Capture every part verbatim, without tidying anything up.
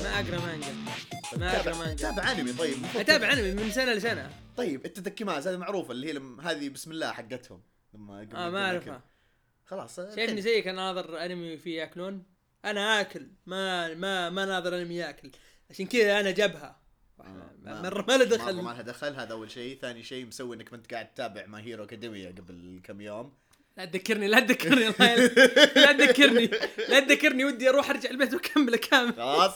ما اقرا مانجا ما اقرا مانجا تابع انمي. طيب اتابع انمي من سنه لسنه. طيب انت دكيماز هذه معروفه اللي هي لم... هذه بسم الله حقتهم لما قبل اه ما اعرفها. خلاص شايفني زيك اناظر انمي فيه ياكلون، انا اكل ما ما ما ناظر انمي ياكل، عشان كذا انا جبهه مره ما له دخل. ما لها دخل. هذا اول شيء. ثاني شيء مسوي انك ما انت قاعد تتابع ما هيرو اكاديميا قبل كم يوم. لا تذكرني لا تذكرني الله لا تذكرني لا تذكرني ودي اروح ارجع البيت واكمله كامل. خلاص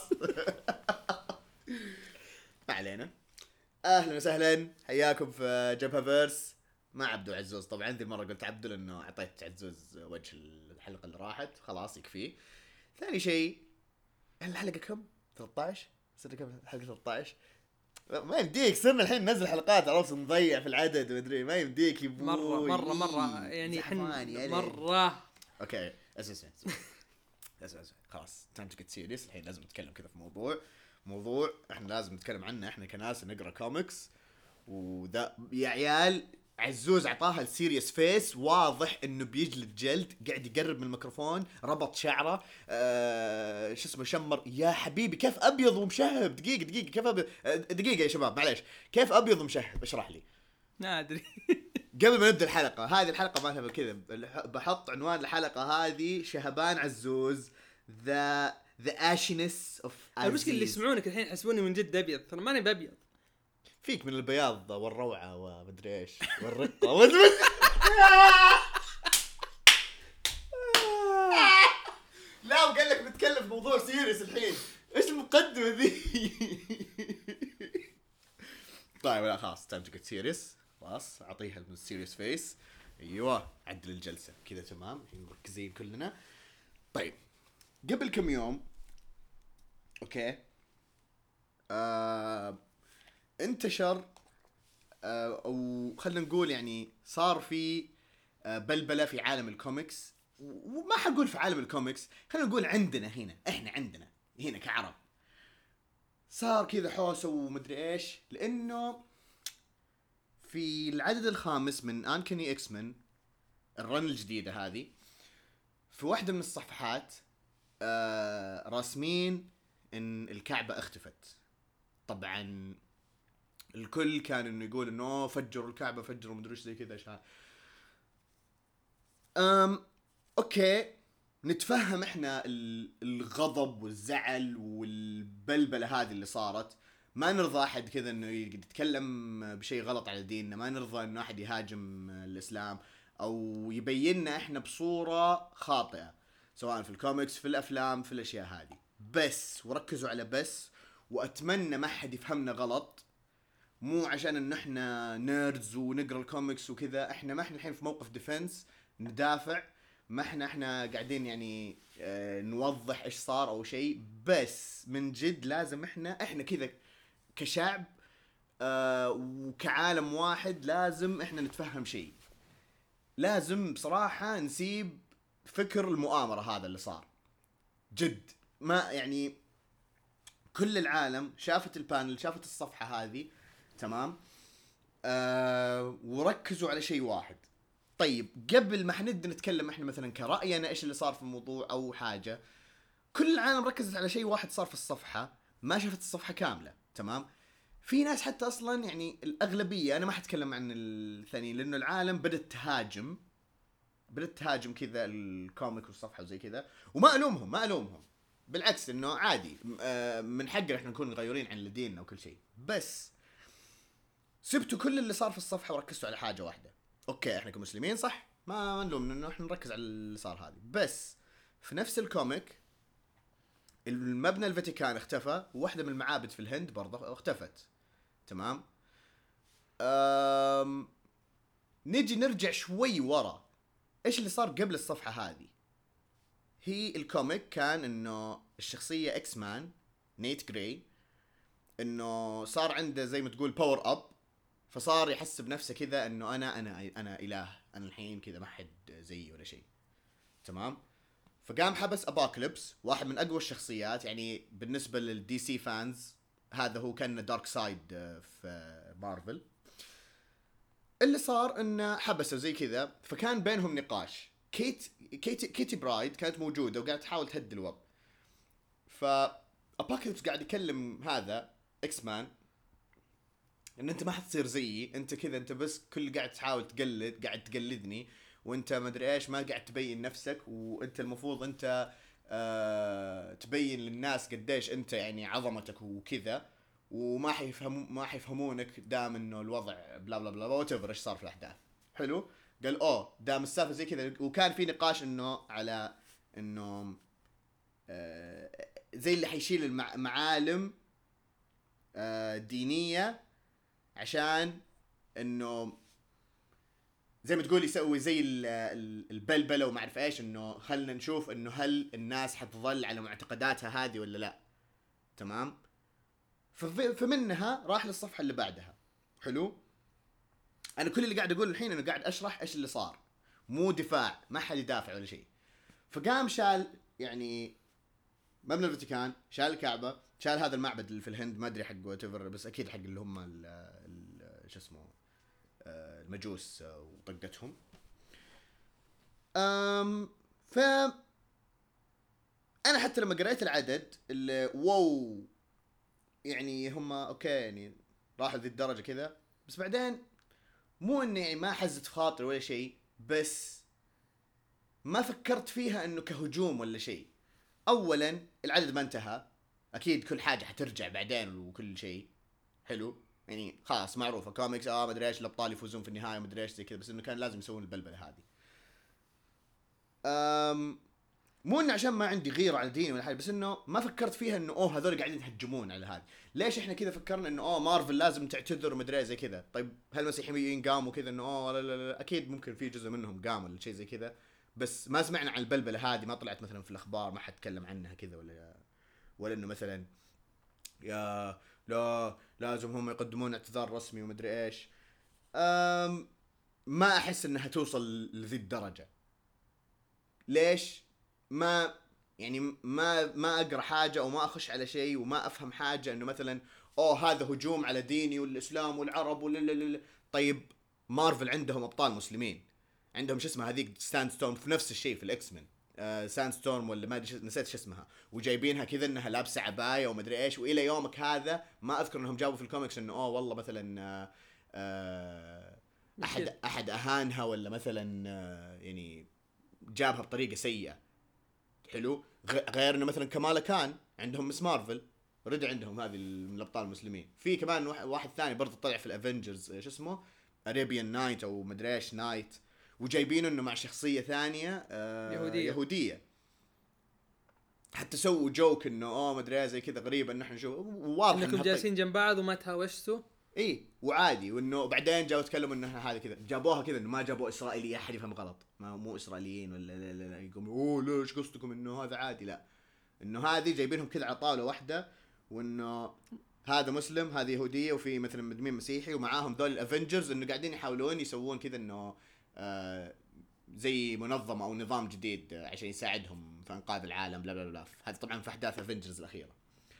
ما علينا. اهلا وسهلا حياكم في جبهة فيرس مع عبدو عزوز. طبعا ذي المره قلت عبدو لانه اعطيت عزوز وجه الحلقه اللي راحت، خلاص يكفي. ثاني شيء الحلقه كم ثلاثة عشر صرنا كم حلقه ثلاثة عشر. ما يمديك صرنا الحين ننزل حلقات عرفت نضيع في العدد ومدري ما يمديك يبوي مره مره مره يعني حن مره. اوكي اساسا اساسا خلاص تايم تو جيت سيريس. الحين لازم نتكلم كذا في موضوع موضوع احنا لازم نتكلم عنه. احنا كناس نقرا كوميكس وذا يا عيال. عزوز عطاها السيريس فيس واضح انه بيجلد جلد، قاعد يقرب من الميكروفون، ربط شعره آه شو اسمه شمر. يا حبيبي كيف ابيض ومشهب؟ دقيقه دقيقه كيف ابيض؟ دقيقه يا شباب معليش، كيف ابيض ومشهب؟ اشرح لي. ما ادري. قبل ما نبدا الحلقه هذه، الحلقه ما لها كذا، بحط عنوان الحلقه هذه شهبان عزوز ذا ذا اشينس اوف. المشكله اللي يسمعونك الحين يحسبوني من جد ابيض، ترى ماني بابيض. فيك من البياض والروعه ومدري ايش والرقه ومدري لا وقال لك بتكلم في موضوع سيريس الحين. ايش المقدمه ذي؟ طيب لا خلاص تايم تو جيت سيريس. خلاص اعطيها السيريس فيس. ايوه عدل الجلسه كذا تمام. الحين مركزين كلنا. طيب قبل كم يوم اوكي آه... انتشر آه... او خلينا نقول يعني صار في آه... بلبله في عالم الكوميكس. وما حقول في عالم الكوميكس، خلينا نقول عندنا هنا، احنا عندنا هنا كعرب صار كذا حوسه ومدري ايش. لانه في العدد الخامس من انكني اكس من الرن الجديده هذه، في واحده من الصفحات آه راسمين ان الكعبه اختفت. طبعا الكل كان انه يقول انه فجروا الكعبه فجروا مدري ايش زي كذا عشان امم اوكي نتفهم احنا الغضب والزعل والبلبله هذه اللي صارت. ما نرضى احد كذا انه يتكلم بشيء غلط على ديننا، ما نرضى انه احد يهاجم الاسلام او يبيننا احنا بصوره خاطئه، سواء في الكوميكس في الافلام في الاشياء هذه. بس وركزوا على بس، واتمنى ما حد يفهمنا غلط. مو عشان ان احنا نيردز ونقرا الكوميكس وكذا، احنا ما احنا الحين في موقف ديفنس ندافع، ما احنا احنا قاعدين يعني اه نوضح ايش صار او شيء. بس من جد لازم احنا احنا كذا كشعب اه وكعالم واحد لازم احنا نتفهم شيء. لازم بصراحة نسيب فكر المؤامرة هذا اللي صار. جد ما يعني كل العالم شافت البانل، شافت الصفحة هذه تمام آه وركزوا على شيء واحد. طيب قبل ما حنبدا نتكلم احنا مثلا كرأينا ايش اللي صار في الموضوع او حاجة، كل العالم ركزت على شيء واحد صار في الصفحة، ما شافت الصفحة كاملة تمام. في ناس حتى اصلا يعني الاغلبية، انا ما حتكلم عن الثانيين لانه العالم بدأت تهاجم بدأت تهاجم كذا الكوميك والصفحة وزي كذا، وما ألومهم ما ألومهم بالعكس انه عادي من حقنا احنا نكون مغيرين عن ديننا وكل شيء. بس سبتوا كل اللي صار في الصفحة وركزتوا على حاجة واحدة. اوكي احنا كمسلمين صح ما نلوم انه احنا نركز على اللي صار هذه. بس في نفس الكوميك المبنى الفاتيكان اختفى، وواحدة من المعابد في الهند برضه اختفت تمام. أم... نجي نرجع شوي ورا، ايش اللي صار قبل الصفحة هذه؟ هي الكوميك كان انه الشخصية اكس مان نيت جراي انه صار عنده زي ما تقول باور اب، فصار يحس بنفسه كذا انه انا انا انا اله، انا الحين كذا ما حد زيي ولا شيء تمام. فقام حبس ابوكاليبس واحد من اقوى الشخصيات يعني بالنسبة للدي سي فانز، هذا هو كان دارك سايد في مارفل. اللي صار انه حبسه زي كذا، فكان بينهم نقاش. كيت كيتي كيتي برايد كانت موجوده وقاعده تحاول تهدي الوضع. ف ابوكاليبس قاعد يكلم هذا اكس مان ان انت ما حتصير زيي، انت كذا، انت بس كل قاعد تحاول تقلد، قاعد تقلدني، وانت ما ادري ايش، ما قاعد تبين نفسك، وانت المفروض انت آه تبين للناس قديش انت يعني عظمتك وكذا، وما حيفهم ما حيفهمونك دام انه الوضع بلا بلا بلا وات ايفر ايش صار في الاحداث. حلو. قال اوه دام السالفه زي كذا، وكان في نقاش انه على انه آه زي اللي حيشيل المعالم آه دينيه عشان انه زي ما تقول يسوي زي البلبله وما اعرف ايش، انه خلنا نشوف انه هل الناس حتظل على معتقداتها هذه ولا لا. تمام. فمنها راح للصفحه اللي بعدها. حلو. انا كل اللي قاعد اقول الحين انه قاعد اشرح ايش اللي صار، مو دفاع، ما حد يدافع ولا شيء. فقام شال يعني مبنى الفاتيكان، شال الكعبه، شال هذا المعبد اللي في الهند ما ادري حق واتيفر، بس اكيد حق اللي هم شو اسمه المجوس وطقتهم. أم ف انا حتى لما قريت العدد اللي واو يعني هم اوكي يعني راحوا ذي الدرجه كذا، بس بعدين مو اني يعني ما حزت في خاطري ولا شيء، بس ما فكرت فيها انه كهجوم ولا شيء. اولا العدد ما انتهى، اكيد كل حاجه حترجع بعدين وكل شيء. حلو. يعني خلاص معروفه كوميكس، اه ما ادري ايش الابطال يفوزون في النهايه ما ادري ايش زي كذا، بس انه كان لازم يسوون البلبله هذه. امم مو انه عشان ما عندي غيره على ديني ولا حاجه، بس انه ما فكرت فيها انه اوه هذول قاعدين يهجمون على هذه. ليش احنا كذا فكرنا انه اوه مارفل لازم تعتذر وما ادري زي كذا؟ طيب هل المسيحيين قاموا كذا انه اوه لا لا لا، اكيد ممكن في جزء منهم قام ولا شيء زي كذا، بس ما سمعنا عن البلبله هذه، ما طلعت مثلا في الاخبار، ما حد تكلم عنها كذا، ولا ولا انه مثلا يا لا لازم هم يقدمون اعتذار رسمي وما ادري ايش. أم ما احس انها توصل لذي الدرجه. ليش؟ ما يعني ما ما اقرا حاجه او ما اخش على شيء وما افهم حاجه انه مثلا اوه هذا هجوم على ديني والاسلام والعرب ولا. طيب مارفل عندهم ابطال مسلمين، عندهم شو اسمها هذيك ستاند ستورم في نفس الشيء في الاكس مان، آه ساند ستورم ولا ما ادري نسيت شو اسمها، وجايبينها كذا انها لابسه عبايه وما ادري ايش، والى يومك هذا ما اذكر انهم جابوا في الكوميكس انه اوه والله مثلا آه آه احد احد اهانها ولا مثلا آه يعني جابها بطريقه سيئه. حلو. غير انه مثلا كمالا كان عندهم مس مارفل رجع عندهم هذه الابطال المسلمين. في كمان واحد ثاني برضه طلع في الافنجرز شو اسمه اريبيان نايت او مدري ايش نايت، وجايبينه انه مع شخصيه ثانيه آه يهوديه يهوديه حتى سووا جوك انه اوه مدري زي كذا غريبه ان احنا نشوف واضح انكم جالسين جنب بعض وما تهاوشتوا. اي وعادي، وانه بعدين جاوا تكلموا انه هذه كذا، جابوها كذا انه ما جابوا اسرائيلي احد يفهم غلط، ما مو اسرائيليين ولا لا لا لا يقوموا اوه ليش قصدكم انه هذا عادي، لا انه هذه جايبينهم كذا على طاوله واحده، وانه هذا مسلم هذه يهوديه وفي مثلا مدمين مسيحي ومعاهم ذول الافنجرز، انه قاعدين يحاولون يسوون كذا انه آه زي منظمه او نظام جديد عشان يساعدهم في انقاذ العالم بلا بلا بلا. هذا طبعا في احداث افنجرز الاخيره.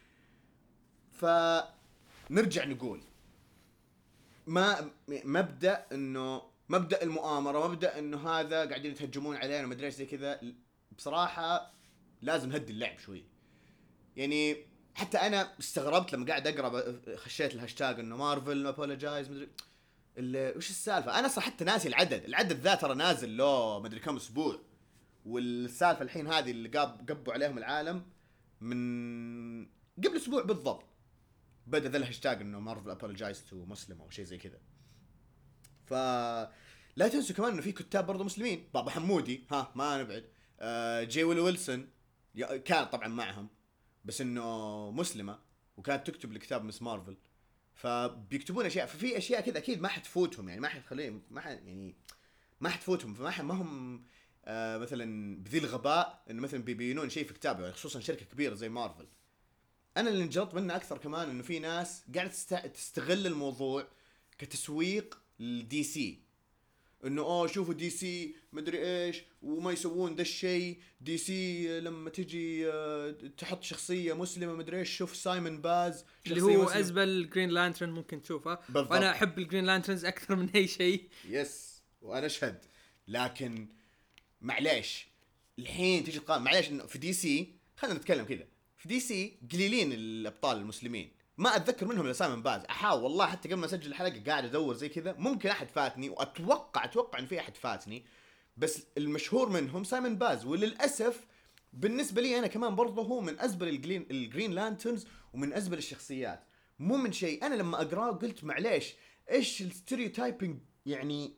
فنرجع نقول ما مبدا انه مبدا المؤامره، مبدا انه هذا قاعدين يتهجمون علينا ما ادري ايش زي كذا، بصراحه لازم نهدي اللعب شوي. يعني حتى انا استغربت لما قاعد اقرا، خشيت الهاشتاج انه مارفل ابولوجايز مدري وش السالفه. انا صح حتى ناسي العدد العدد ذا ترى نازل له مدري كم اسبوع، والسالفه الحين هذه اللي قاب قبوا عليهم العالم من قبل اسبوع بالضبط بدا ذا الهاشتاج انه مارفل ابولوجايز تو مسلم او شيء زي كذا. ف لا تنسوا كمان انه في كتاب برضو مسلمين، بابا حمودي ها ما نبعد، آه جي ويل ويلسون كان طبعا معهم بس انه مسلمه وكانت تكتب الكتاب مس مارفل، فبيكتبون اشياء، ففي اشياء كذا اكيد ما حتفوتهم، يعني ما حتخليهم ما حد يعني ما حتفوتهم، فما ما هم آه مثلا بذي الغباء انه مثلا بيبينون شيء في كتابه، يعني خصوصا شركه كبيره زي مارفل. انا اللي انجلط منه اكثر كمان انه في ناس قاعده تستغل الموضوع كتسويق للدي سي، انه اوه شوفوا دي سي مدري ايش وما يسوون ذا الشيء، دي سي لما تجي تحط شخصيه مسلمه مدري ايش، شوف سايمون باز اللي هو مسلم. ازبل جرين لانترن ممكن تشوفه، وانا احب الجرين لانترنز اكثر من اي شيء. يس وانا اشهد، لكن معليش الحين تجي تقارن معليش انه في دي سي خلينا نتكلم كذا، في دي سي قليلين الابطال المسلمين، ما اتذكر منهم الا سايمون باز. احاول والله حتى قبل ما اسجل الحلقه قاعد ادور زي كذا، ممكن احد فاتني، واتوقع اتوقع ان في احد فاتني، بس المشهور منهم سايمون باز. وللاسف بالنسبه لي انا كمان برضه هو من ازبل الجرين الجرين لانترنز ومن ازبل الشخصيات. مو من شيء، انا لما اقراه قلت معليش ايش الستيريوتايبنج يعني،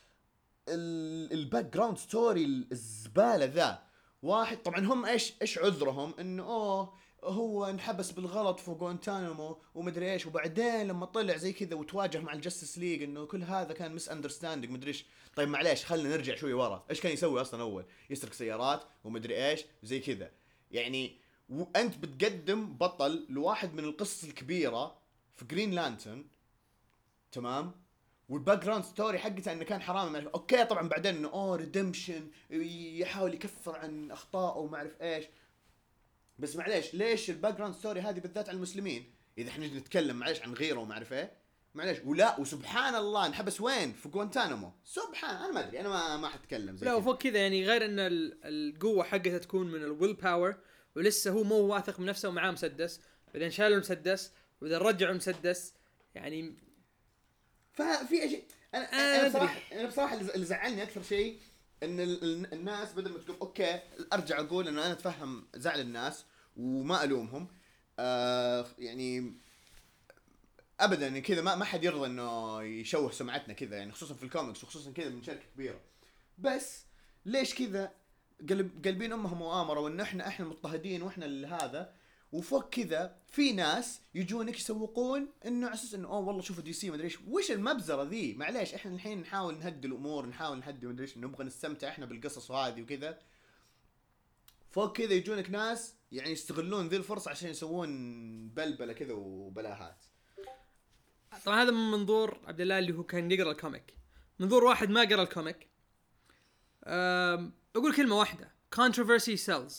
الباك جراوند ستوري الزباله ذا. واحد طبعا هم ايش ايش عذرهم انه اوه هو انحبس بالغلط في غوانتانامو ومدري ايش، وبعدين لما طلع زي كذا وتواجه مع الجستس ليج انه كل هذا كان مس اندرستاندينج مدري ايش. طيب معليش خلينا نرجع شوي ورا، ايش كان يسوي اصلا اول؟ يسرق سيارات ومدري ايش زي كذا يعني. وانت بتقدم بطل لواحد من القصص الكبيره في جرين لانترن، تمام، والباك جراوند ستوري حقته انه كان حرامي. اوكي طبعا بعدين انه اوه ريدمشن يحاول يكفر عن اخطائه وما اعرف ايش، بس معليش ليش الباك جراوند ستوري هذه بالذات على المسلمين؟ اذا احنا نتكلم معليش عن غيره وما اعرف ايه، معليش. ولا وسبحان الله انحبس وين؟ في غوانتانامو. سبحان انا ما ادري، انا ما ما حتكلم زي لا كده. وفوق كذا يعني، غير ان ال- القوه حقتها تكون من الويل باور، ولسه هو مو واثق من نفسه ومعاه مسدس، بعدين شالوا المسدس وبعدين رجعوا المسدس يعني. ففي اشياء انا آه انا بصراحه انا بصراحه اللي زعلني اكثر شيء ان ال- ال- الناس بدل ما تقول اوكي، ارجع اقول انه انا اتفهم زعل الناس وما الومهم، آه يعني ابدا يعني كذا ما ما حد يرضى انه يشوه سمعتنا كذا يعني، خصوصا في الكوميكس وخصوصا كذا من شركه كبيره. بس ليش كذا قلب قلبين امهم مؤامره وان احنا احنا مضطهدين واحنا هذا، وفوق كذا في ناس يجونك يسوقون انه على اساس انه اوه والله شوفوا دي سي ما ادري ايش، وش المبزره ذي؟ معليش احنا الحين نحاول نهدي الامور، نحاول نهدي ما ادري ايش، نبغى نستمتع احنا بالقصص وهذه وكذا. فوق كذا يجونك ناس يعني يستغلون ذي الفرصه عشان يسوون بلبله كذا وبلاهات. طبعا هذا من منظور عبد الله اللي هو كان يقرا الكوميك. منظور واحد ما قرا الكوميك، أم، اقول كلمه واحده: controversy sells.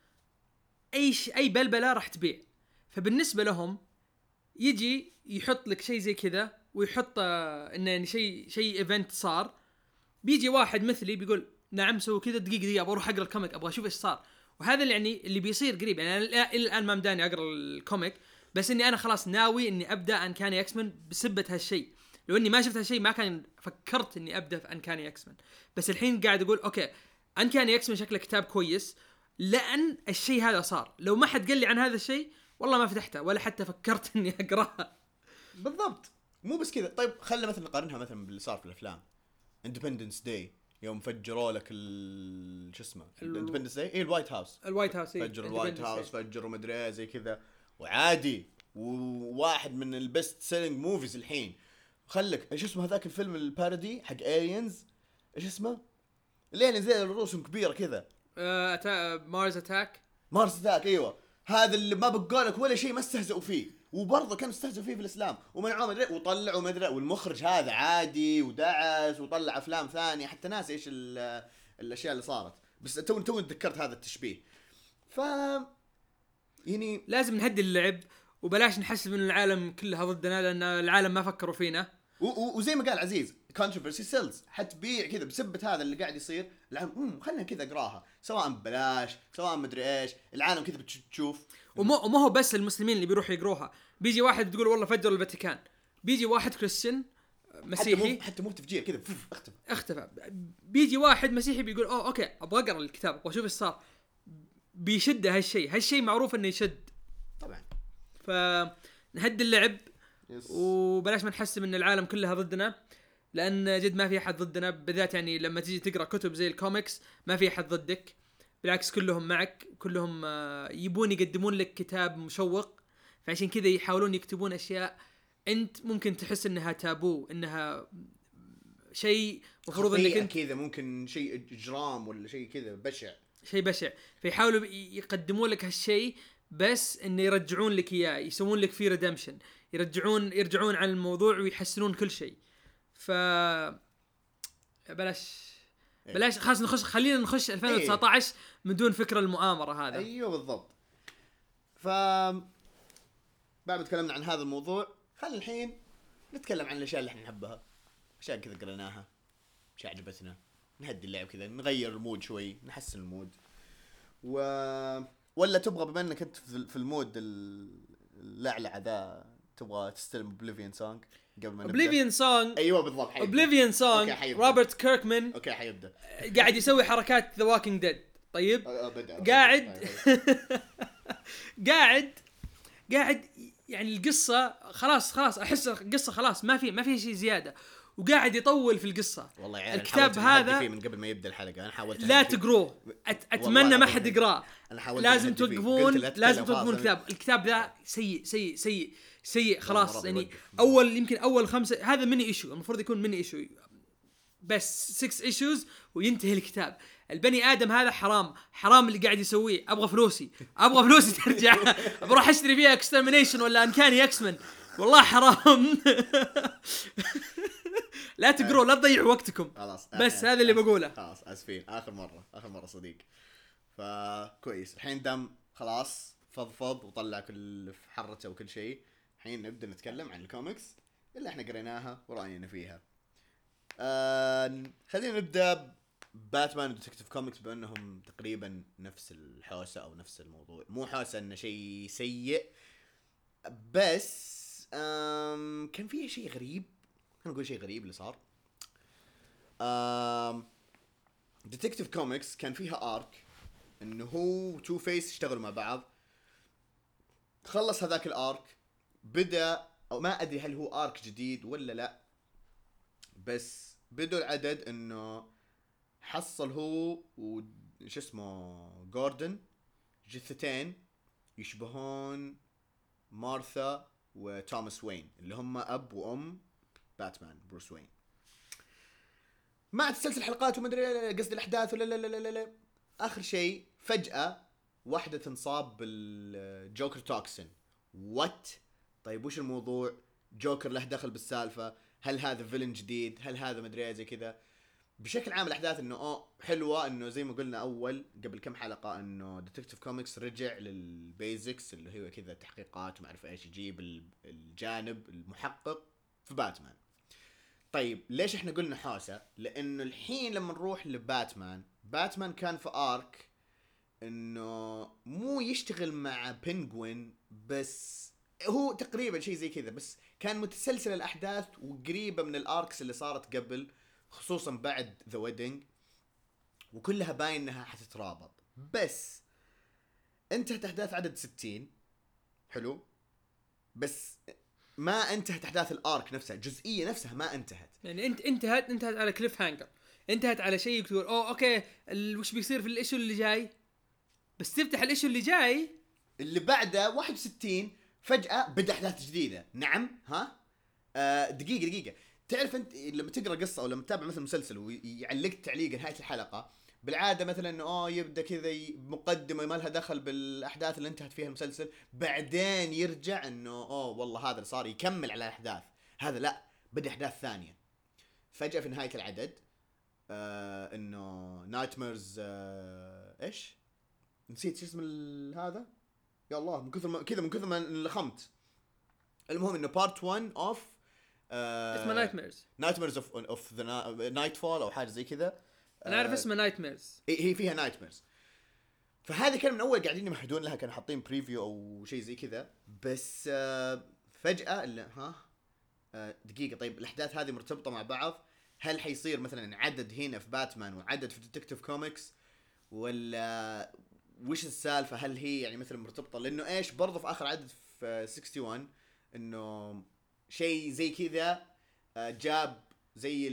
اي ش... اي بلبله راح تبيع. فبالنسبه لهم يجي يحط لك شيء زي كذا ويحط آه، انه يعني شيء شيء ايفنت صار، بيجي واحد مثلي بيقول نعم سووا كذا، دقيقه دقيقه ابغى اروح اقرا الكوميك، ابغى اشوف ايش صار. وهذا اللي يعني اللي بيصير قريب. يعني انا الى الان ما مداني اقرا الكوميك، بس اني انا خلاص ناوي اني ابدا انكاني اكس مان بسبه هالشيء. لو اني ما شفت هالشيء ما كان فكرت اني ابدا في انكاني اكس مان، بس الحين قاعد اقول اوكي انكاني اكس مان شكله كتاب كويس لان الشيء هذا صار. لو ما حد قال لي عن هذا الشيء والله ما فتحته ولا حتى فكرت اني اقراها. بالضبط. مو بس كذا، طيب خلينا مثلا نقارنها مثلا باللي صار في الافلام. اندبندنس داي يوم فجروا لك ال شو اسمه اندبندنس داي، ايه الوايت هاوس، الوايت هاوس فجروا الوايت هاوس، فجروا مدري ايه زي كذا وعادي، وواحد من البست سيلينج موفيز الحين. خلك ايش اسمه هذاك الفيلم البارودي حق الينز، ايش اسمه الين زي الرؤوسهم كبيره كذا، آه، أتا... مارس اتاك. مارس ذاك ايوه، هذا اللي ما بقولك ولا شيء ما استهزئوا فيه، وبرضه كانوا استهزئوا فيه في الاسلام ومنعوه مدري وطلعوا مدري، والمخرج هذا عادي ودعس وطلع افلام ثانيه حتى ناس ايش الاشياء اللي صارت. بس تو تو تذكرت هذا التشبيه. ف يعني لازم نهدي اللعب وبلاش نحس ان العالم كلها ضدنا، لان العالم ما فكروا فينا. وزي ما قال عزيز controversy sells، حتبيع كذا بسبة هذا اللي قاعد يصير. العالم امم خلينا كذا اقراها سواء ببلاش سواء مدري ايش، العالم كذا بتشوف. ومو وما هو بس المسلمين اللي بيروحوا يقروها، بيجي واحد تقول والله فجروا الفاتيكان، بيجي واحد كريستيان مسيحي حتى مو حتى مو تفجير كذا اختفى اختفى، بيجي واحد مسيحي بيقول اوه اوكي ابغى اقرا الكتاب واشوف ايش صار، بيشد هالشيء. هالشيء معروف انه يشد طبعا. فنهدي اللعب يس. وبلاش ما نحسب ان العالم كلها ضدنا، لان جد ما في احد ضدنا. بالذات يعني لما تيجي تقرا كتب زي الكوميكس ما في احد ضدك، بالعكس كلهم معك، كلهم يبون يقدمون لك كتاب مشوق. فعشان كذا يحاولون يكتبون اشياء انت ممكن تحس انها تابو، انها شيء مفروض انك انت كذا ممكن شيء اجرام ولا شيء كذا بشع، شيء بشع. فيحاولوا يقدمون لك هالشيء بس انه يرجعون لك اياه، يسوون لك فيه ريدمشن، يرجعون يرجعون عن الموضوع ويحسنون كل شيء. ف بلاش بلاش خلاص نخش، خلينا نخش ألفين وتسعة عشر من دون فكرة المؤامرة هذا. ايوه بالضبط. ف بعد ما تكلمنا عن هذا الموضوع خلينا الحين نتكلم عن الاشياء اللي احنا نحبها، اشياء كذا قريناها اشياء عجبتنا، نهدي اللعب كذا، نغير المود شوي، نحسن المود. و ولا تبغى بما انك انت في في المود اللعلع ذا تبغى تستلم اوبليفيون سونج قبل ما نبدا؟ اوبليفيون سونج ايوه بالضبط. اوبليفيون سونج روبرت كيركمان اوكي حيبدا قاعد يسوي حركات ذا ووكينج ديد. طيب أه بدأ. قاعد قاعد قاعد يعني القصه خلاص خلاص احس القصه خلاص ما في ما في شيء زياده وقاعد يطول في القصه. والله يعني الكتاب هذا فيه من قبل ما يبدا الحلقه انا حاولت لا تقروه. أت اتمنى ما حد يقراه. لازم توقفون لازم توقفون الكتاب. الكتاب ذا سيء سيء سيء سيء خلاص يعني اول يمكن اول خمسة هذا ميني ايشو المفروض يكون ميني ايشو بس ستة ايشوز وينتهي الكتاب. البني ادم هذا حرام حرام اللي قاعد يسويه. ابغى فلوسي ابغى فلوسي ترجع بروح اشتري فيها اكسترمينيشن ولا انكاني اكسمن والله حرام. لا تقروا لا تضيعوا وقتكم خلاص بس هذا اللي بقوله. خلاص اسفين اخر مره اخر مره صديق. فكويس الحين دام خلاص فضفض وطلع كل في حرته وكل شيء. الحين نبدا نتكلم عن الكوميكس اللي احنا قريناها وراينا فيها. آه خلينا نبدا باتمان وديتكتيف كوميكس بانهم تقريبا نفس الحوسه او نفس الموضوع. مو حوسه انه شيء سيء بس آم كان فيه شيء غريب. خلينا نقول شيء غريب اللي صار. آم ديتكتيف كوميكس كان فيها ارك انه هو تو فيس يشتغلوا مع بعض. خلص هذاك الارك بدا او ما ادري هل هو ارك جديد ولا لا بس بدوا العدد انه حصل هو وش اسمه جوردن جثتين يشبهون مارثا وتوماس وين اللي هم اب وام باتمان بروس وين. ما تسلسل حلقات وما ادري قصد الاحداث ولا لا لا لا لا. اخر شيء فجأة واحدة تنصاب بالجوكر توكسين. وات طيب وش الموضوع؟ جوكر له دخل بالسالفة؟ هل هذا فيلن جديد؟ هل هذا مدري زي كذا؟ بشكل عام الاحداث انه اه حلوه انه زي ما قلنا اول قبل كم حلقه انه ديتكتيف كوميكس رجع للبيزكس اللي هو كذا تحقيقات وما اعرف ايش يجيب الجانب المحقق في باتمان. طيب ليش احنا قلنا حوسه؟ لانه الحين لما نروح لباتمان باتمان كان في ارك انه مو يشتغل مع بينغوين بس هو تقريبا شيء زي كذا بس كان متسلسل الاحداث وقريبه من الاركس اللي صارت قبل خصوصا بعد ذا ويدنج وكلها باين انها حتترابط. بس انتهت احداث عدد ستين حلو بس ما انتهت احداث الارك نفسها الجزئيه نفسها ما انتهت. يعني انت انتهت انتهت على كليف هانجر. انتهت على شيء تقول اوه اوكي وش بيصير في الايشو اللي جاي بس تفتح الايشو اللي جاي اللي بعده واحد وستين فجأة بدأ احداث جديدة. نعم ها آه دقيقة دقيقة تعرف انت لما تقرا قصه او لما تتابع مثلا مسلسل ويعلق تعليق نهايه الحلقه بالعاده مثلا انه اه يبدا كذا مقدمه ما لها دخل بالاحداث اللي انتهت فيها المسلسل بعدين يرجع انه اه والله هذا اللي صار يكمل على الاحداث. هذا لا بدا احداث ثانيه فجاه في نهايه العدد آه انه نايتميرز آه ايش نسيت شو اسم هذا يا الله من كثر ما كذا من كثر ما لخمت. المهم انه بارت واحد اوف اسمه نايتميرز نايتميرز اوف اوف ذا نايت فول او حاجه زي كذا. انا اعرف اسمه نايتميرز. هي فيها نايتميرز. فهذه كان من اول قاعدين يمهدون لها كانوا حاطين بريفيو او شيء زي كذا بس فجاه اللي ها دقيقه طيب الاحداث هذه مرتبطه مع بعض. هل حيصير مثلا عدد هنا في باتمان وعدد في ديتكتيف كوميكس ولا وش السالفه؟ هل هي يعني مثلا مرتبطه لانه ايش برضه في اخر عدد في واحد وستين انه شيء زي كذا جاب زي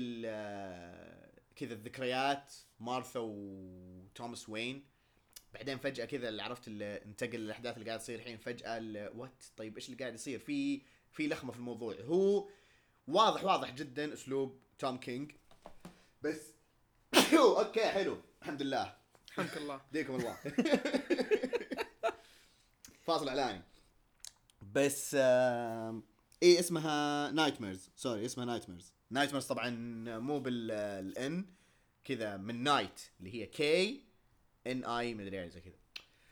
كذا الذكريات مارثا وتوماس وين بعدين فجأة كذا اللي عرفت اللي انتقل الاحداث اللي قاعد تصير الحين فجأة وات طيب ايش اللي قاعد يصير في في لخمة في الموضوع. هو واضح واضح جدا اسلوب توم كينج بس اوكي حلو الحمد لله حمك الله ديكم الله فاصل اعلاني بس آه ايه اسمها نايتميرز سوري اسمها نايتميرز. نايتميرز طبعا مو بالان كذا من نايت اللي هي كي ان اي مدري ايش زي كذا.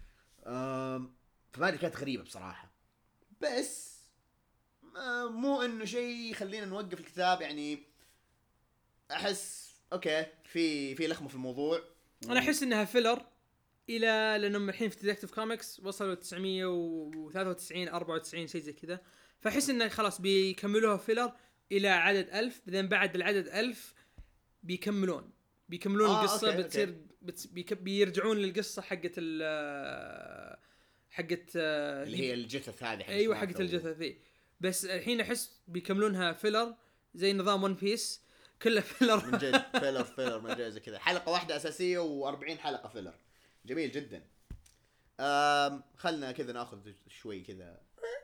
فما ادري كانت غريبه بصراحه بس مو انه شيء خلينا نوقف الكتاب يعني احس اوكي في في لخمه في الموضوع و... انا احس انها فيلر الى لانهم الحين في ديتكتيف كوميكس وصلوا تسعمية وثلاثة وتسعين أربعة وتسعين شيء زي كذا. فاحس انه خلاص بيكملوها فيلر الى عدد ألف، بعدين بعد العدد ألف بيكملون بيكملون آه القصه أوكي، بتصير أوكي. بتس بيك بيرجعون للقصه حقت ال حقت اللي هي الجثث هذه حق ايوه سمارت حقت و- الجثث ذي. بس الحين احس بيكملونها فيلر زي نظام ون بيس كله فيلر. من جد فيلر فيلر من جد زي كذا، حلقه واحده اساسيه وأربعين حلقه فيلر. جميل جدا. أم خلنا كذا ناخذ شوي كذا.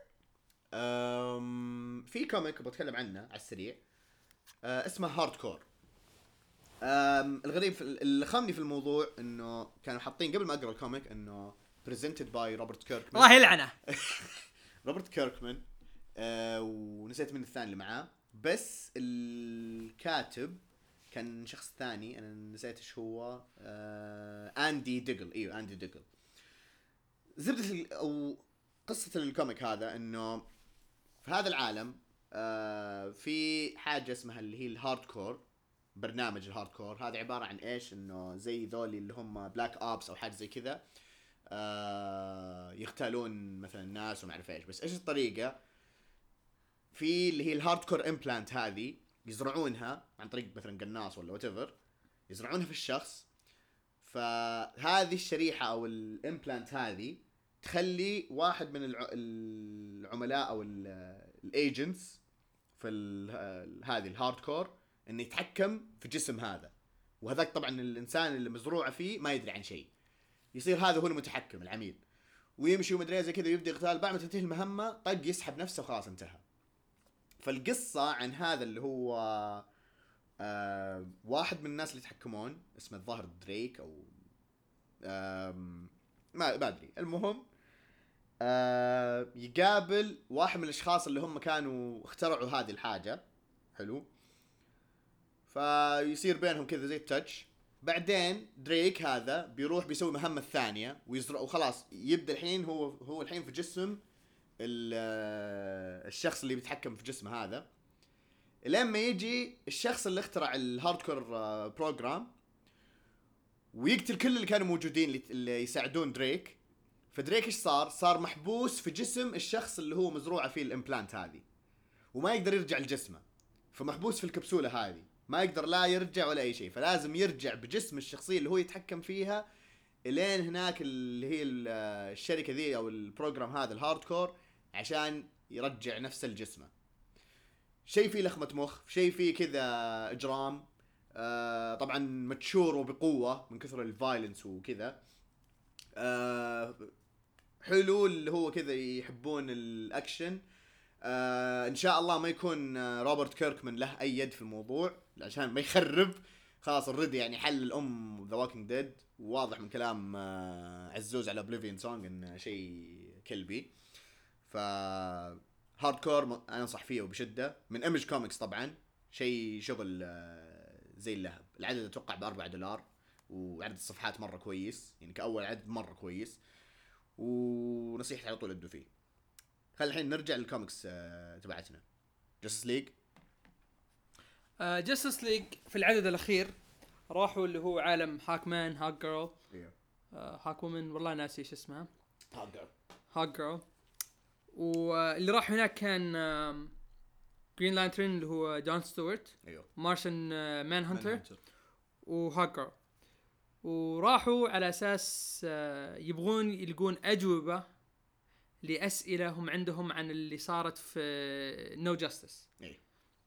أم في كوميك بتكلم عنه على السريع، أه اسمه هارد كور. أم الغريب في اللي خمني في الموضوع انه كانوا حاطين قبل ما اقرا الكوميك انه presented by روبرت كيركمان. الله يلعنه. روبرت كيركمان. أه ونسيت من الثاني اللي معاه، بس الكاتب كان شخص ثاني انا نسيت ايش هو. أه اندي ديجل. ايوه اندي ديجل. زبدة ال- او قصة الكوميك هذا انه في هذا العالم آه في حاجة اسمها اللي هي الهارد كور. برنامج الهارد كور هذا عبارة عن ايش؟ انه زي ذولي اللي هم بلاك اوبس او حاجة زي كذا، آه يغتالون مثلا الناس وما اعرف ايش. بس ايش الطريقة؟ في اللي هي الهارد كور امبلانت هذه يزرعونها عن طريق مثلا قناص ولا whatever، يزرعونها في الشخص. فهذه الشريحة او الامبلانت هذه تخلي واحد من الع... العملاء او الايجنتس في ال... هذه الهارد كور انه يتحكم في جسم هذا، وهذاك طبعا الانسان اللي مزروعه فيه ما يدري عن شيء. يصير هذا هو المتحكم العميل، ويمشي ومدري زي كذا، يبدا يغتال. بعد ما تنتهي المهمه طق يسحب نفسه وخلاص انتهى. فالقصه عن هذا اللي هو آه واحد من الناس اللي يتحكمون، اسمه الظاهر دريك او آم ما ما ادري. المهم آه يقابل واحد من الاشخاص اللي هم كانوا اخترعوا هذه الحاجه. حلو. فيصير بينهم كذا زي التاتش. بعدين دريك هذا بيروح بيسوي مهمة الثانية ويزرع، وخلاص يبدا الحين هو هو الحين في جسم الشخص اللي بيتحكم في جسمه هذا، لما يجي الشخص اللي اخترع الهاردكور بروجرام ويقتل كل اللي كانوا موجودين اللي يساعدون دريك. فدريك ايش صار؟ صار محبوس في جسم الشخص اللي هو مزروعه فيه الامبلانت هذه، وما يقدر يرجع لجسمه. فمحبوس في الكبسولة هذه، ما يقدر لا يرجع ولا اي شيء. فلازم يرجع بجسم الشخصية اللي هو يتحكم فيها الين هناك اللي هي الشركة ذي او البروجرام هذا الهاردكور، عشان يرجع نفسه لجسمه. شيء فيه لخمة مخ، شيء فيه كذا اجرام. آه طبعا متشور وبقوة من كثر الفايلنس وكذا. آه حلو اللي هو كذا يحبون الاكشن. آه ان شاء الله ما يكون آه روبرت كيركمان له اي يد في الموضوع عشان ما يخرب. خلاص اوريدي يعني حل الام ذا ووكينج ديد، وواضح من كلام آه عزوز على اوبليفيون سونج انه شيء كلبي. ف هارد كور م... انصح فيه وبشده، من ايمج كوميكس طبعا. شيء شغل آه زي اللهب. العدد اتوقع بأربعة دولار، وعدد الصفحات مره كويس، يعني كاول عدد مره كويس، ونصيحتي على طول ادوا فيه. خلينا الحين نرجع للكوميكس آه تبعتنا. جاستس ليج. جاستس ليج في العدد الاخير راحوا اللي هو عالم هاك مان هاك جيرل هاك وومن، والله ناسي ايش اسمها. هاك جيرل هاك جيرل. واللي راح هناك كان جرين لانترن اللي هو جون ستوارت. ايوه. مارشن مان هانتر وهاك جيرل. وراحوا على اساس يبغون يلقون اجوبه لاسئله هم عندهم عن اللي صارت في نو جاستس. اي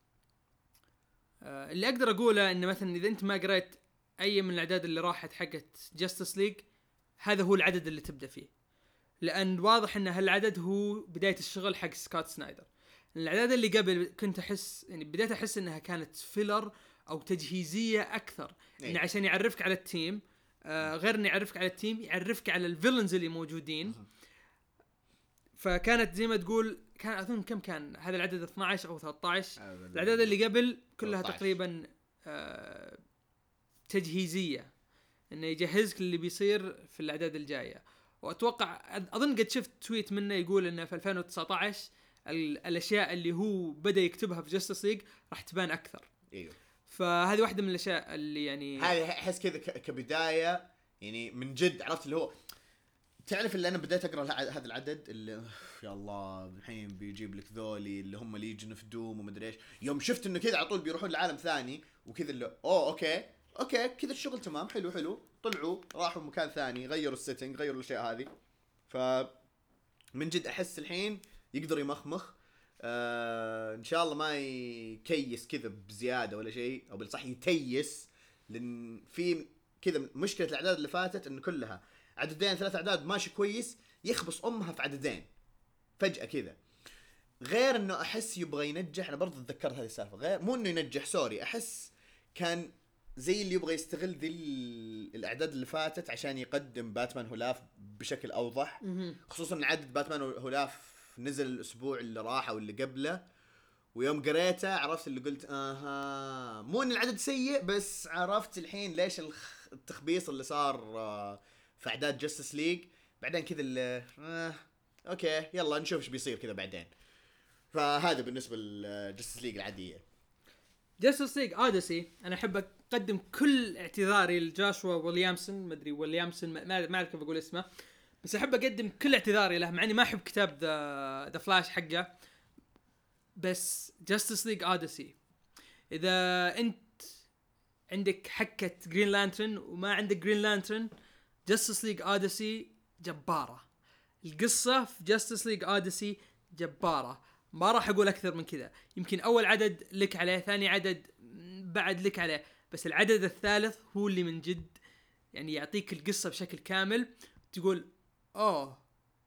آه اللي اقدر اقوله ان مثلا اذا انت ما قريت اي من الاعداد اللي راحت حقت جاستس ليج، هذا هو العدد اللي تبدا فيه، لان واضح ان هالعدد هو بدايه الشغل حق سكوت سنايدر. الاعداد اللي قبل كنت احس يعني بديت احس انها كانت فيلر او تجهيزيه اكثر، انه عشان يعرفك على التيم. آه غير انه يعرفك على التيم، يعرفك على الفيلنز اللي موجودين. فكانت زي ما تقول كان اظن كم كان هذا العدد اثناشر او ثلاثة عشر. الاعداد اللي قبل كلها ثلاثة عشر. تقريبا آه تجهيزية، انه يجهزك اللي بيصير في الاعداد الجايه. واتوقع اظن قد شفت تويت منه يقول انه في ألفين وتسعة عشر الاشياء اللي هو بدا يكتبها في جاستس ليج راح تبان اكثر. ايوه. فهذه واحده من الاشياء اللي يعني هذه احس كذا كبدايه يعني من جد عرفت اللي هو تعرف اللي انا بديت اقرا هذا العدد اللي يا الله الحين بيجيب لك ذولي اللي هم ليجن اوف دوم ومدري ايش. يوم شفت انه كذا على طول بيروحون لعالم ثاني وكذا اللي اوه اوكي اوكي كذا الشغل تمام حلو حلو طلعوا راحوا مكان ثاني غيروا السيتنج غيروا الاشياء هذه. ف من جد احس الحين يقدر يمخمخ. آه ان شاء الله ما يكيس كذا بزياده ولا شيء او بالصح يتيس لان في كذا مشكله الاعداد اللي فاتت انه كلها عددين ثلاث اعداد ماشي كويس يخبص امها في عددين فجاه كذا. غير انه احس يبغى ينجح. انا برضه تذكرت هذه السالفه غير مو انه ينجح سوري احس كان زي اللي يبغى يستغل ذي الاعداد اللي فاتت عشان يقدم باتمان هولاف بشكل اوضح. خصوصا ان عدد باتمان هولاف نزل الاسبوع اللي راح او اللي قبله ويوم قريته عرفت اللي قلت اها مو ان العدد سيء بس عرفت الحين ليش التخبيص اللي صار في اعداد جاستس ليج بعدين كذا اللي آه اوكي يلا نشوف ايش بيصير كذا بعدين. فهذا بالنسبه لجاستس ليج العاديه. جاستس ليج اوديسي انا احب اقدم كل اعتذاري لجاشوا ويليامسون. ما ادري ويليامسون ما ما اعرف كيف اقول اسمه بس احب اقدم كل اعتذاري له مع اني ما احب كتاب ذا ذا فلاش حقه. بس جاستس ليج اوديسي اذا انت عندك حكة جرين لانترن وما عندك جرين لانترن جاستس ليج اوديسي جبارة. القصة في جاستس ليج اوديسي جبارة ما راح اقول اكثر من كذا. يمكن اول عدد لك عليه ثاني عدد بعد لك عليه بس العدد الثالث هو اللي من جد يعني يعطيك القصة بشكل كامل تقول اوه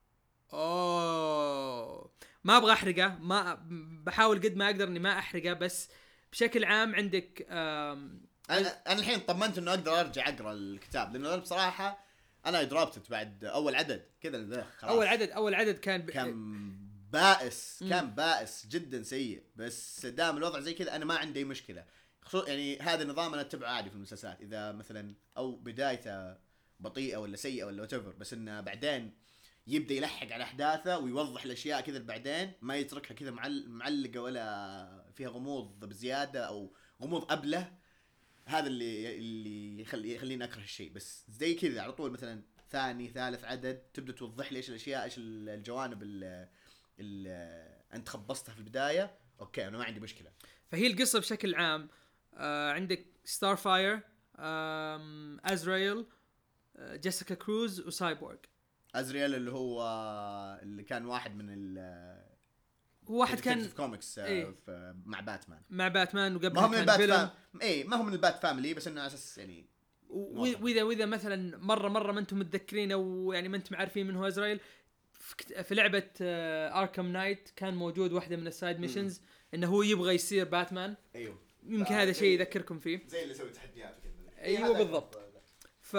اوه. ما ابغى احرقه ما بحاول قد ما اقدر اني ما احرقه بس بشكل عام عندك انا انا الحين طمنت انه اقدر ارجع اقرا الكتاب لانه بصراحه انا درابت بعد اول عدد كذا اول عدد اول عدد كان ب... كان بائس كان م. بائس جدا سيء بس دام الوضع زي كذا انا ما عندي مشكله. يعني هذا النظام انا اتبعه عادي في المسلسلات اذا مثلا او بدايته بطيئه ولا سيئه ولا وتفر بس انه بعدين يبدا يلحق على احداثه ويوضح الاشياء كذا بعدين ما يتركها كذا معلقه ولا فيها غموض بزياده او غموض ابله. هذا اللي اللي يخلي يخليني اكره الشيء. بس زي كذا على طول مثلا ثاني ثالث عدد تبدا توضح لي ايش الاشياء ايش الجوانب اللي انت خبصتها في البدايه اوكي انا ما عندي مشكله. فهي القصه بشكل عام آه عندك ستار فاير ازرائيل جيسيكا كروز وسايبورغ. ازرائيل اللي هو اللي كان واحد من ال هو واحد كان في كوميكس إيه؟ مع باتمان مع باتمان وقبل ما هو من البات فام... اي ما هو من البات فاميلي بس انه اساس يعني واذا واذا مثلا مره مره ما انتم متذكرين او يعني ما انتم عارفين من هو ازرائيل في لعبه اركام نايت كان موجود واحده من السايد ميشنز انه هو يبغى يصير باتمان. ايوه يمكن هذا شيء يذكركم فيه زي اللي سوي تحديات كذا. ايوه بالضبط. ف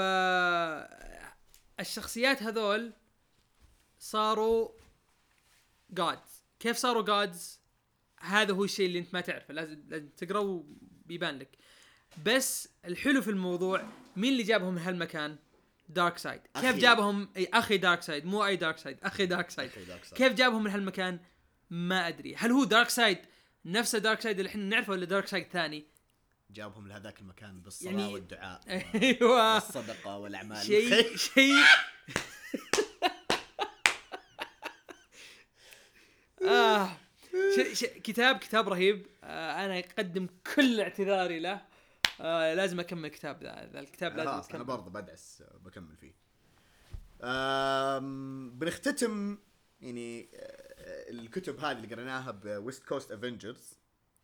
الشخصيات هذول صاروا جادز. كيف صاروا جادز هذا هو الشيء اللي انت ما تعرفه لازم لازم تقرأ وبيبان لك. بس الحلو في الموضوع مين اللي جابهم هالمكان؟ دارك سايد. كيف جابهم؟ اي اخي دارك سايد مو اي دارك سايد اخي دارك سايد. كيف جابهم من هالمكان ما ادري. هل هو دارك سايد نفسه دارك سايد اللي احنا نعرفه ولا دارك سايد ثاني؟ جابهم لهذاك المكان بالصلاة يعني والدعاء ايوه والصدقة والأعمال شيء شيء آه شيء شي كتاب كتاب رهيب. آه أنا أقدم كل اعتذاري له. آه لازم أكمل الكتاب ذا الكتاب لازم أكمل. أنا برضه بدعس بكمل فيه. بنختتم يعني الكتب هذه اللي قريناها بويست كوست افنجرز.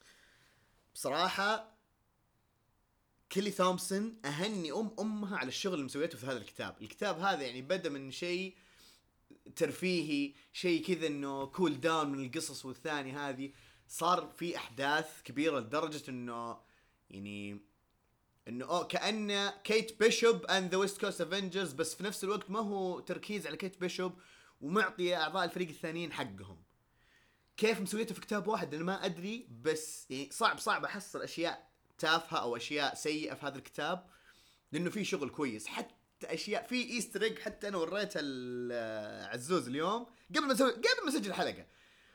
بصراحة كيلي تومسون أهني أم أمها على الشغل اللي مسويته في هذا الكتاب. الكتاب هذا يعني بدأ من شيء ترفيهي شيء كذا إنه كول داون من القصص والثاني هذه صار في أحداث كبيرة لدرجة إنه يعني إنه أو كأنه كيت بيشوب and the West Coast Avengers بس في نفس الوقت ما هو تركيز على كيت بيشوب ومعطي أعضاء الفريق الثانيين حقهم. كيف مسويته في كتاب واحد أنا ما أدري بس يعني صعب صعب أحصل أشياء تافهة أو أشياء سيئة في هذا الكتاب لأنه فيه شغل كويس. حتى أشياء فيه إيستر إيج حتى أنا وريتها العزوز اليوم قبل ما أسوي قبل ما أسجل الحلقة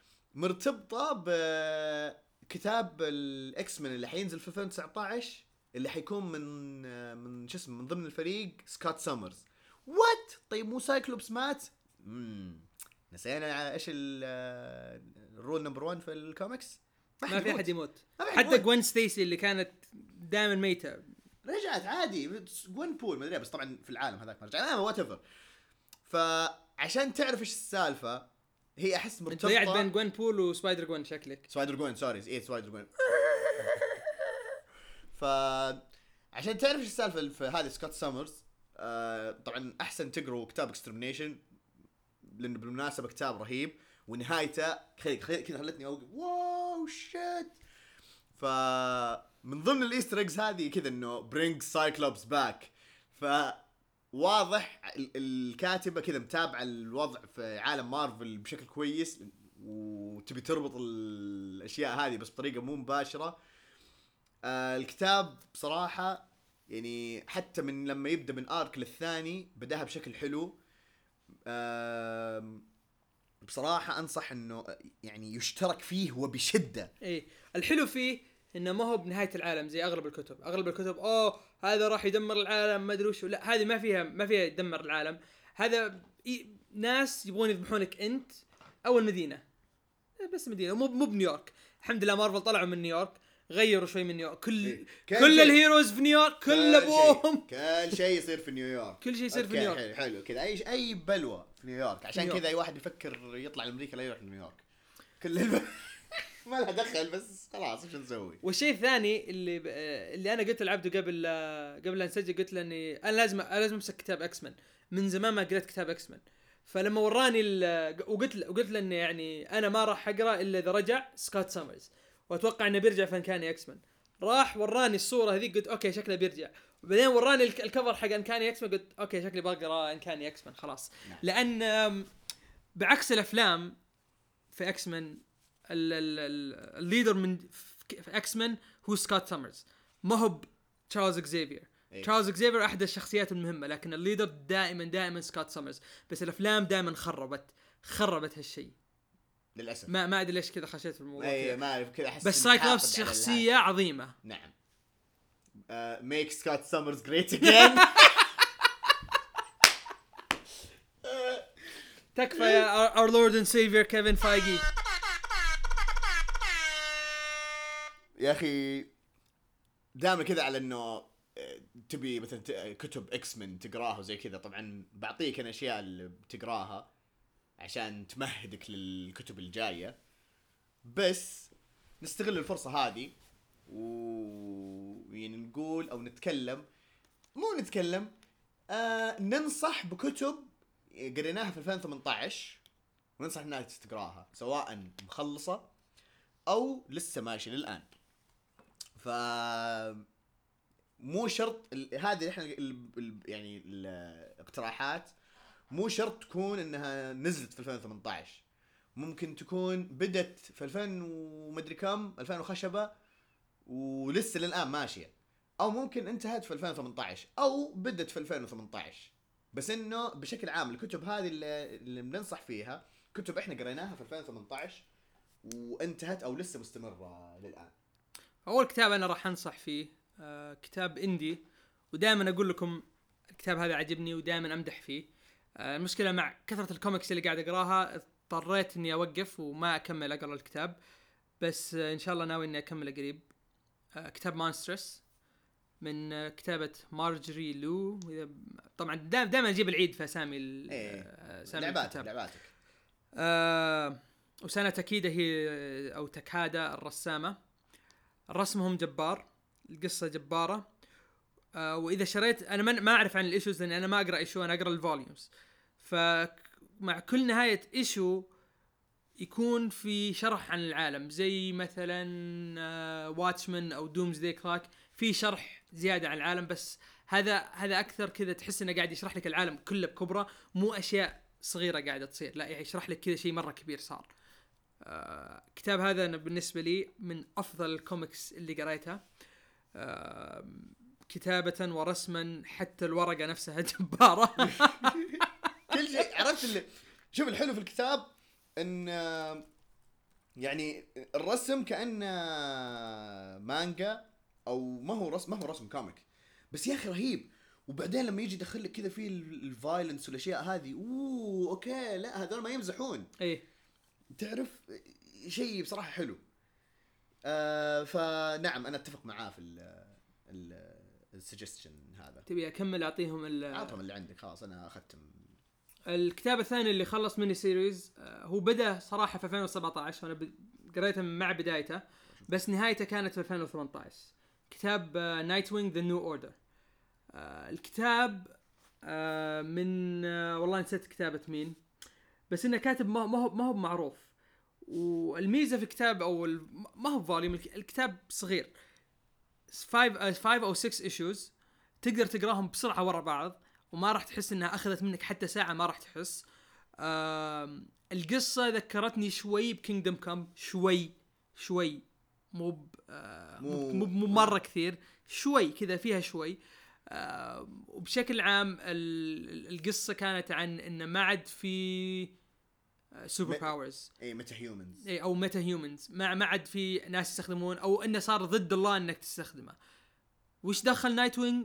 مرتبطة بكتاب الإكس من اللي حينزل في ألفين وتسعة عشر اللي حيكون من من شو اسمه من ضمن الفريق سكوت سامرز. وات طيب مو سايكلوبس مات؟ امم نسينا ايش الرول نمبر واحد في الكوميكس، ما في احد يموت. ما في أحد حتى يموت. جوين ستيسي اللي كانت دائما ميتة رجعت عادي. جوين بول ما ادري بس طبعا في العالم هذاك ما رجع. انا وات ايفر. فعشان تعرف ايش السالفه هي احس مرتبطه. ضيعت بين جوين بول وسبايدر جوين شكلك. سبايدر جوين سوري ايه سبايدر جوين. ف عشان تعرف ايش السالفه في هذه سكوت سامرز. آه طبعا احسن تقروا كتاب اكسترمينيشن لانه بالمناسبه كتاب رهيب ونهايته كذا خلتني اقول واو شيت. ف من ضمن الايستر ايجز هذه كذا انه برينج سايكلوبس باك. ف واضح الكاتبه كذا متابعه الوضع في عالم مارفل بشكل كويس وتبي تربط الاشياء هذه بس بطريقه مو مباشره. آه الكتاب بصراحه يعني حتى من لما يبدا من ارك للثاني بداها بشكل حلو. آه بصراحه انصح انه يعني يشترك فيه وبشده. ايه الحلو فيه انه ما هو بنهايه العالم زي اغلب الكتب. اغلب الكتب اوه هذا راح يدمر العالم ما ادري وش. لا هذه ما فيها ما فيها يدمر العالم. هذا ناس يبغون يذبحونك انت او المدينه بس مدينه مو مو بنيويورك. الحمد لله مارفل طلعوا من نيويورك غيروا شوي من نيويورك. كل إيه. كل الهيروز في نيويورك كل ابوهم كل شيء يصير في نيويورك. كل شيء يصير في نيويورك. حلو, حلو كذا اي اي بلوه في نيويورك عشان نيويورك. كذا اي واحد يفكر يطلع لامريكا لا يروح لنيويورك. كل الب... ما لها دخل بس خلاص ايش نسوي. والشيء الثاني اللي ب... اللي انا قلت لعبده قبل قبل لا نسجل قلت له اني انا لازم أنا لازم امسك كتاب اكس مان. من زمان ما قريت كتاب اكس مان. فلما وراني ال... وقلت له وقلت له اني يعني انا ما راح اقرا الا اذا رجع سكوت سامرز واتوقع انه بيرجع فان كان اكس مان. راح وراني الصوره هذيك قلت اوكي شكله بيرجع. وبعدين وراني الكفر حق ان كان اكس مان قلت اوكي شكلي بقرا ان كان اكس مان خلاص. نعم. لان بعكس الافلام في اكس مان الليدر من في اكس مان هو سكوت سامرز ما هو تشارلز اكزيفير. إيه. تشارلز اكزيفير احد الشخصيات المهمه لكن الليدر دائما دائما سكوت سامرز. بس الافلام دائما خربت خربت هالشيء للاسف. ما ما ادري ليش كذا خشيت في الموضوع. اي ما اعرف كذا احس بس سايكلوبس شخصيه عظيمه. نعم. ميك سكوت سامرز جريت اجين. تكفى يا اور لورد اند سيفير كيفن فايجي. يا اخي دائما كذا على انه تبي مثلا كتب اكس من تقراها وزي كذا. طبعا بعطيك انا اشياء اللي بتقراها عشان تمهدك للكتب الجايه بس نستغل الفرصه هذه ويعني نقول او نتكلم مو نتكلم آه ننصح بكتب قريناها في ألفين وثمانية عشر وننصح الناس تقراها سواء مخلصه او لسه ماشي للان. ف مو شرط ال... هذه احنا ال... ال... يعني الاقتراحات مو شرط تكون انها نزلت في ألفين وثمانية عشر. ممكن تكون بدت في ألفين ومدري كم ألفين وخشبه ولسه للان ماشيه او ممكن انتهت في ألفين وثمانية عشر او بدت في ألفين وثمانية عشر. بس انه بشكل عام الكتب هذه اللي, اللي بننصح فيها كتب احنا قريناها في ألفين وثمانية عشر وانتهت او لسه مستمره للان. اول كتاب انا راح انصح فيه آه كتاب اندي ودائما اقول لكم الكتاب هذا عجبني ودائما امدح فيه. آه المشكله مع كثره الكوميكس اللي قاعد اقراها اضطريت اني اوقف وما اكمل اقرا الكتاب بس آه ان شاء الله ناوي اني اكمله قريب. آه كتاب مونسترس من آه كتابه مارجري لو. طبعا دائما اجيب العيد في اسامي اسامي لعباتك لعباتك آه وسنه تاكيدا هي او تاكادا الرسامه. رسمهم جبار القصة جبارة. آه وإذا شريت أنا ما أعرف عن الإيشوز لأن أنا ما أقرأ إيشو أنا أقرأ الفوليومز. فمع كل نهاية إيشو يكون في شرح عن العالم زي مثلا آه واتشمان أو دومزداي كلاك في شرح زيادة عن العالم. بس هذا هذا أكثر كذا تحس إنه قاعد يشرح لك العالم كله بكبره مو أشياء صغيرة قاعدة تصير لا يعني يشرح لك كذا شيء مرة كبير صار. آه كتاب هذا أنا بالنسبة لي من أفضل الكوميكس اللي قريتها. آه كتابة ورسما حتى الورقة نفسها جبارة. كل شيء عرفت اللي شوف الحلو في الكتاب إن يعني الرسم كأنه مانجا او ما هو رسم ما هو رسم كوميك، بس يا اخي رهيب. وبعدين لما يجي يدخل لك كذا في الفايلنس والاشياء هذه، اوه اوكي لا هذول ما يمزحون، ايه تعرف شيء بصراحه حلو. آه فنعم انا اتفق معاه في ال السجستشن هذا. تبي اكمل اعطيهم ال اعطهم اللي عندك خلاص انا اختم. الكتاب الثاني اللي خلص ميني سيريز هو بدا صراحه في ألفين وسبعة عشر، انا قريته مع بدايته بس نهايته كانت في ألفين وثمانية عشر. كتاب نايت وينج ذا نيو اوردر. الكتاب آه من آه والله نسيت كتابة مين، بس انه كاتب ما ما هو ما هو معروف. والميزة في الكتاب او ما هو فوليوم، الكتاب صغير خمسة او ستة issues، تقدر تقراهم بسرعة ورا بعض وما راح تحس انها اخذت منك حتى ساعة، ما راح تحس. آه القصة ذكرتني شوي بكينجدم كام، شوي شوي مو آه مو مو مرة كثير، شوي كذا فيها شوي. آه وبشكل عام القصة كانت عن إن ما عاد في سوبر باورز، اي ميتا هيومنز، اي او ميتا هيومنز، ما ما عاد في ناس يستخدمون، او انه صار ضد الله انك تستخدمه. وش دخل نايت وينج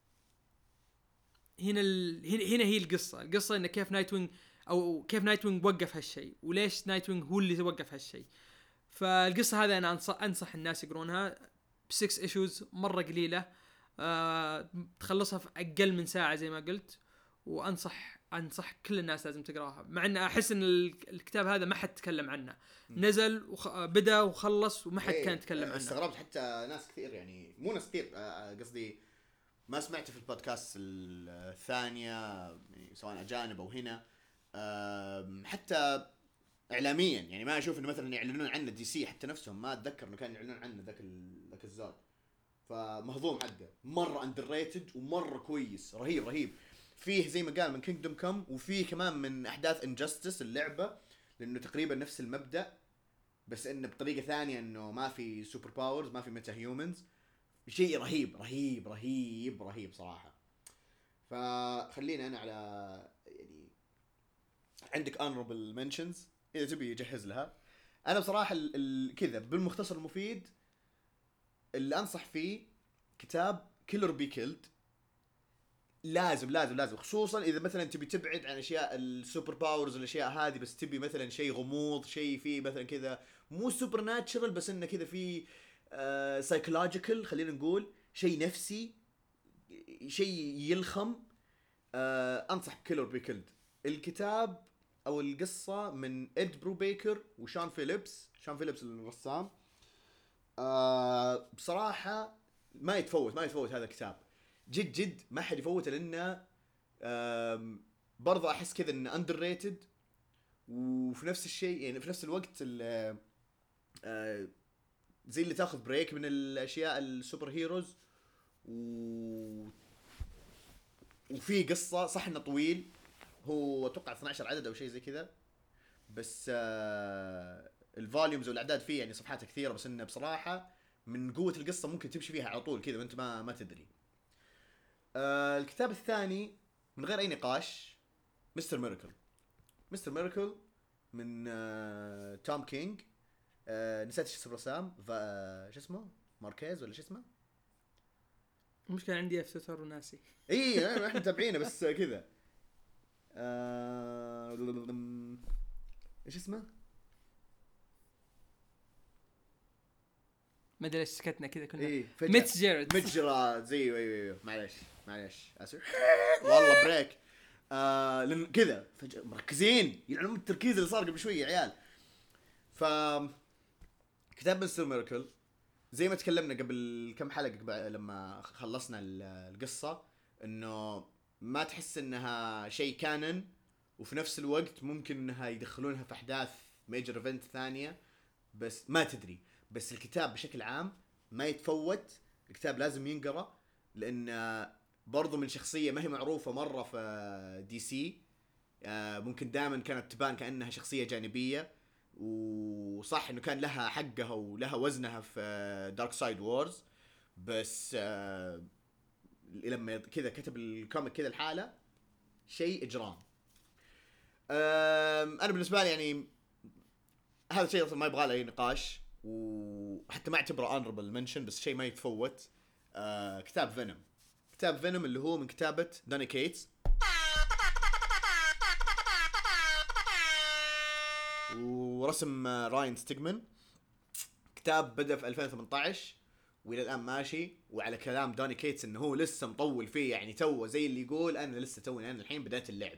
هنا ال... هنا هي القصة القصة إن كيف نايت وينج او كيف نايت وينج وقف هالشيء، وليش نايت وينج هو اللي وقف هالشيء. فالقصة هذا انا انصح, أنصح الناس يقرونها، بسكس ايشوز مرة قليلة، أه تخلصها في اقل من ساعة زي ما قلت. وانصح انصح كل الناس لازم تقراها، مع ان احس ان الكتاب هذا ما حد تكلم عنه، نزل وخ... بدا وخلص وما حد كان يتكلم عنه. استغربت حتى ناس كثير، يعني مو ناس كثير قصدي ما سمعت في البودكاست الثانية يعني سواء اجانب او هنا، حتى اعلاميا يعني ما اشوف انه مثلا يعلنون عنه دي سي، حتى نفسهم ما اتذكر انه كان يعلنون عنه ذاك ذاك الزاد. فمهضوم حقه مره اندر ريتد ومره كويس، رهيب رهيب. فيه زي ما قال من كينجدم كم، وفيه كمان من احداث انجستس اللعبه، لانه تقريبا نفس المبدا بس انه بطريقه ثانيه، انه ما في سوبر باورز، ما في ميتا هيومنز. شيء رهيب رهيب رهيب رهيب صراحه. فخلينا انا على يعني عندك honorable mentions اذا تبي يجهز لها. انا بصراحه كذا بالمختصر المفيد اللي انصح فيه كتاب كيلر بي كيلد. لازم لازم لازم خصوصا اذا مثلا تبي تبعد عن اشياء السوبر باورز والاشياء هذه، بس تبي مثلا شيء غموض، شيء فيه مثلا كذا مو سوبر ناتشرال بس انه كذا فيه آه سايكولوجيكال، خلينا نقول شيء نفسي، شيء يلخم. آه انصح بكيلر بي كيلد. الكتاب او القصه من إد بروبيكر وشان فيليبس. شان فيليبس الرسام. آه بصراحه ما يتفوت ما يتفوت هذا الكتاب، جد جد ما حد يفوته، لانه برضه احس كذا انه اندر ريتد، وفي نفس الشيء يعني في نفس الوقت آه زي اللي تاخذ بريك من الاشياء السوبر هيروز. و وفي قصه صح انه طويل، هو اتوقع اثنا عشر عدد او شيء زي كذا، بس آه الفوليومز والاعداد فيه يعني صفحاتها كثيره، بس انه بصراحه من قوه القصه ممكن تمشي فيها على طول كذا وانت ما ما تدري. آه الكتاب الثاني من غير اي نقاش مستر ميراكل. مستر ميراكل من آه توم كينج. آه نسيت ايش اسم الرسام، ايش اسمه، ماركيز ولا ايش اسمه؟ المشكله عندي افتتر وناسي. اي احنا متابعينه بس كذا. آه ايش اسمه؟ ما ادري ايش سكتنا كذا كنا. إيه ميتس جيرد ميتس جيرد زي ايوه معلش معلش اسف والله بريك. آه لان كذا فجأة مركزين يلعنون التركيز اللي صار قبل شوي يا عيال. ف كتاب مستر ميراكل زي ما تكلمنا قبل كم حلقة لما خلصنا القصة، انه ما تحس انها شيء كانن، وفي نفس الوقت ممكن انها يدخلونها في احداث ميجر ايفنت ثانية بس ما تدري. بس الكتاب بشكل عام ما يتفوت، الكتاب لازم ينقرأ، لان برضو من شخصية ما هي معروفة مرة في دي سي. ممكن دائما كانت تبان كأنها شخصية جانبية، وصح انه كان لها حقها ولها وزنها في دارك سايد وورز، بس لما كذا كتب الكوميك كذا الحالة شيء اجرام. انا بالنسبة لي يعني هذا شيء اصلا ما يبغى له اي نقاش. وحتى ما اعتبره honorable mention بس شيء ما يتفوت. آه كتاب فينوم. كتاب فينوم اللي هو من كتابة دوني كيتس ورسم آه راين ستيغمان. كتاب بدأ في ألفين وثمانية عشر والى الان ماشي، وعلى كلام دوني كيتس انه هو لسه مطول فيه، يعني توه زي اللي يقول انا لسه توي انا الحين بداية اللعب.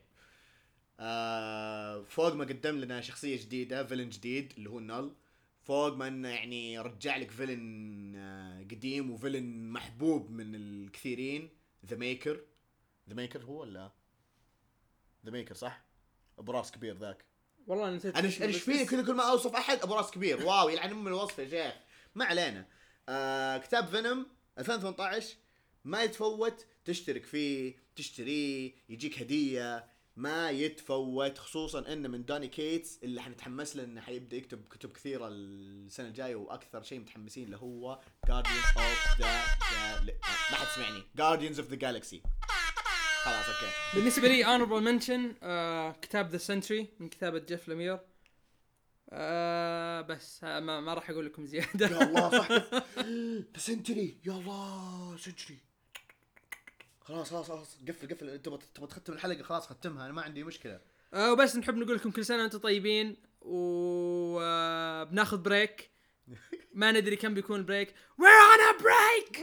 آه فوق ما قدم لنا شخصية جديدة، فيلن جديد اللي هو النال، فوق ما انه يعني رجع لك فيلن آه قديم وفيلن محبوب من الكثيرين، ذا ميكر. ذا ميكر هو ولا ذا ميكر صح؟ ابو راس كبير ذاك. والله نسيت. انا ايش فيني كذا كل ما اوصف احد ابو راس كبير، واو يلعن ام الوصف يا شيخ. ما علينا. آه كتاب فينوم ألفين وثمانية عشر ما يتفوت، تشترك فيه تشتريه يجيك هدية، ما يتفوت، خصوصا انه من دوني كيتس اللي حنتحمس له انه حيبدا يكتب كتب كثيره السنه الجايه، واكثر شيء متحمسين له هو Guardians of the Gal- ما حد سمعني Guardians of the Galaxy. خلاص اوكي. بالنسبه لي honorable mention آه كتاب The Sentry من كتابه جيف لمير. آه بس ما, ما راح اقول لكم زياده. يا الله صح The Sentry، يا الله سنتري. خلاص خلاص خلاص قفل قفل، انت تبغى تختم الحلقه خلاص ختمها، انا ما عندي مشكله. آه وبس نحب نقول لكم كل سنه وانتم طيبين، وبناخذ بريك. ما ندري كم بيكون البريك. We're on a break.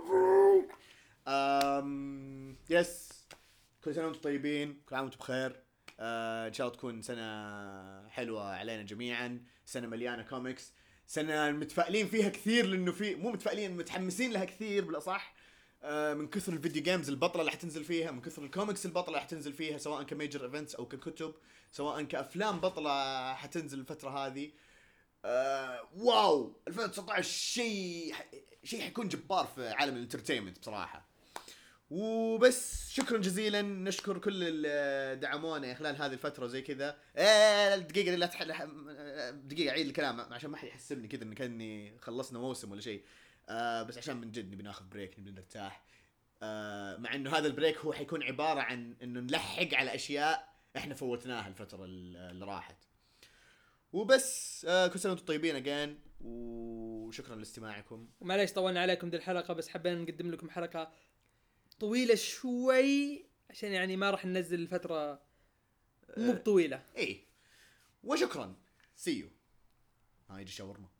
امم يس كل سنه وانتم طيبين، كل عام وانتم بخير. آه ان شاء الله تكون سنه حلوه علينا جميعا، سنه مليانه كوميكس، سنه متفائلين فيها كثير، لانه في مو متفائلين متحمسين لها كثير بالاصح. آه من كثر الفيديو جيمز البطله اللي حتنزل فيها، من كثر الكوميكس البطله اللي حتنزل فيها، سواء كميجر ايفنتس او ككتب، سواء كافلام بطله حتنزل الفتره هذه. آه واو ألفين وتسعة عشر شيء شيء حيكون جبار في عالم الانترتينمنت بصراحه. وبس شكرا جزيلا، نشكر كل اللي دعمونا خلال هذه الفتره زي كذا. ايه دقيقه لا تحل، دقيقه عيد الكلام عشان ما حد يحسبني كذا ان كاني خلصنا موسم ولا شيء. آه بس عشان من جد نبي ناخذ بريك، نبي نرتاح. آه مع انه هذا البريك هو حيكون عباره عن انه نلحق على اشياء احنا فوتناها الفتره اللي راحت. وبس آه كل سنه وانتم طيبين اجين، وشكرا لاستماعكم. ومعليش طولنا عليكم دي الحلقه، بس حبينا نقدم لكم حلقه طويله شوي عشان يعني ما راح ننزل الفتره مو طويله. ايه وشكرا. سيو. هاي دي شاورما.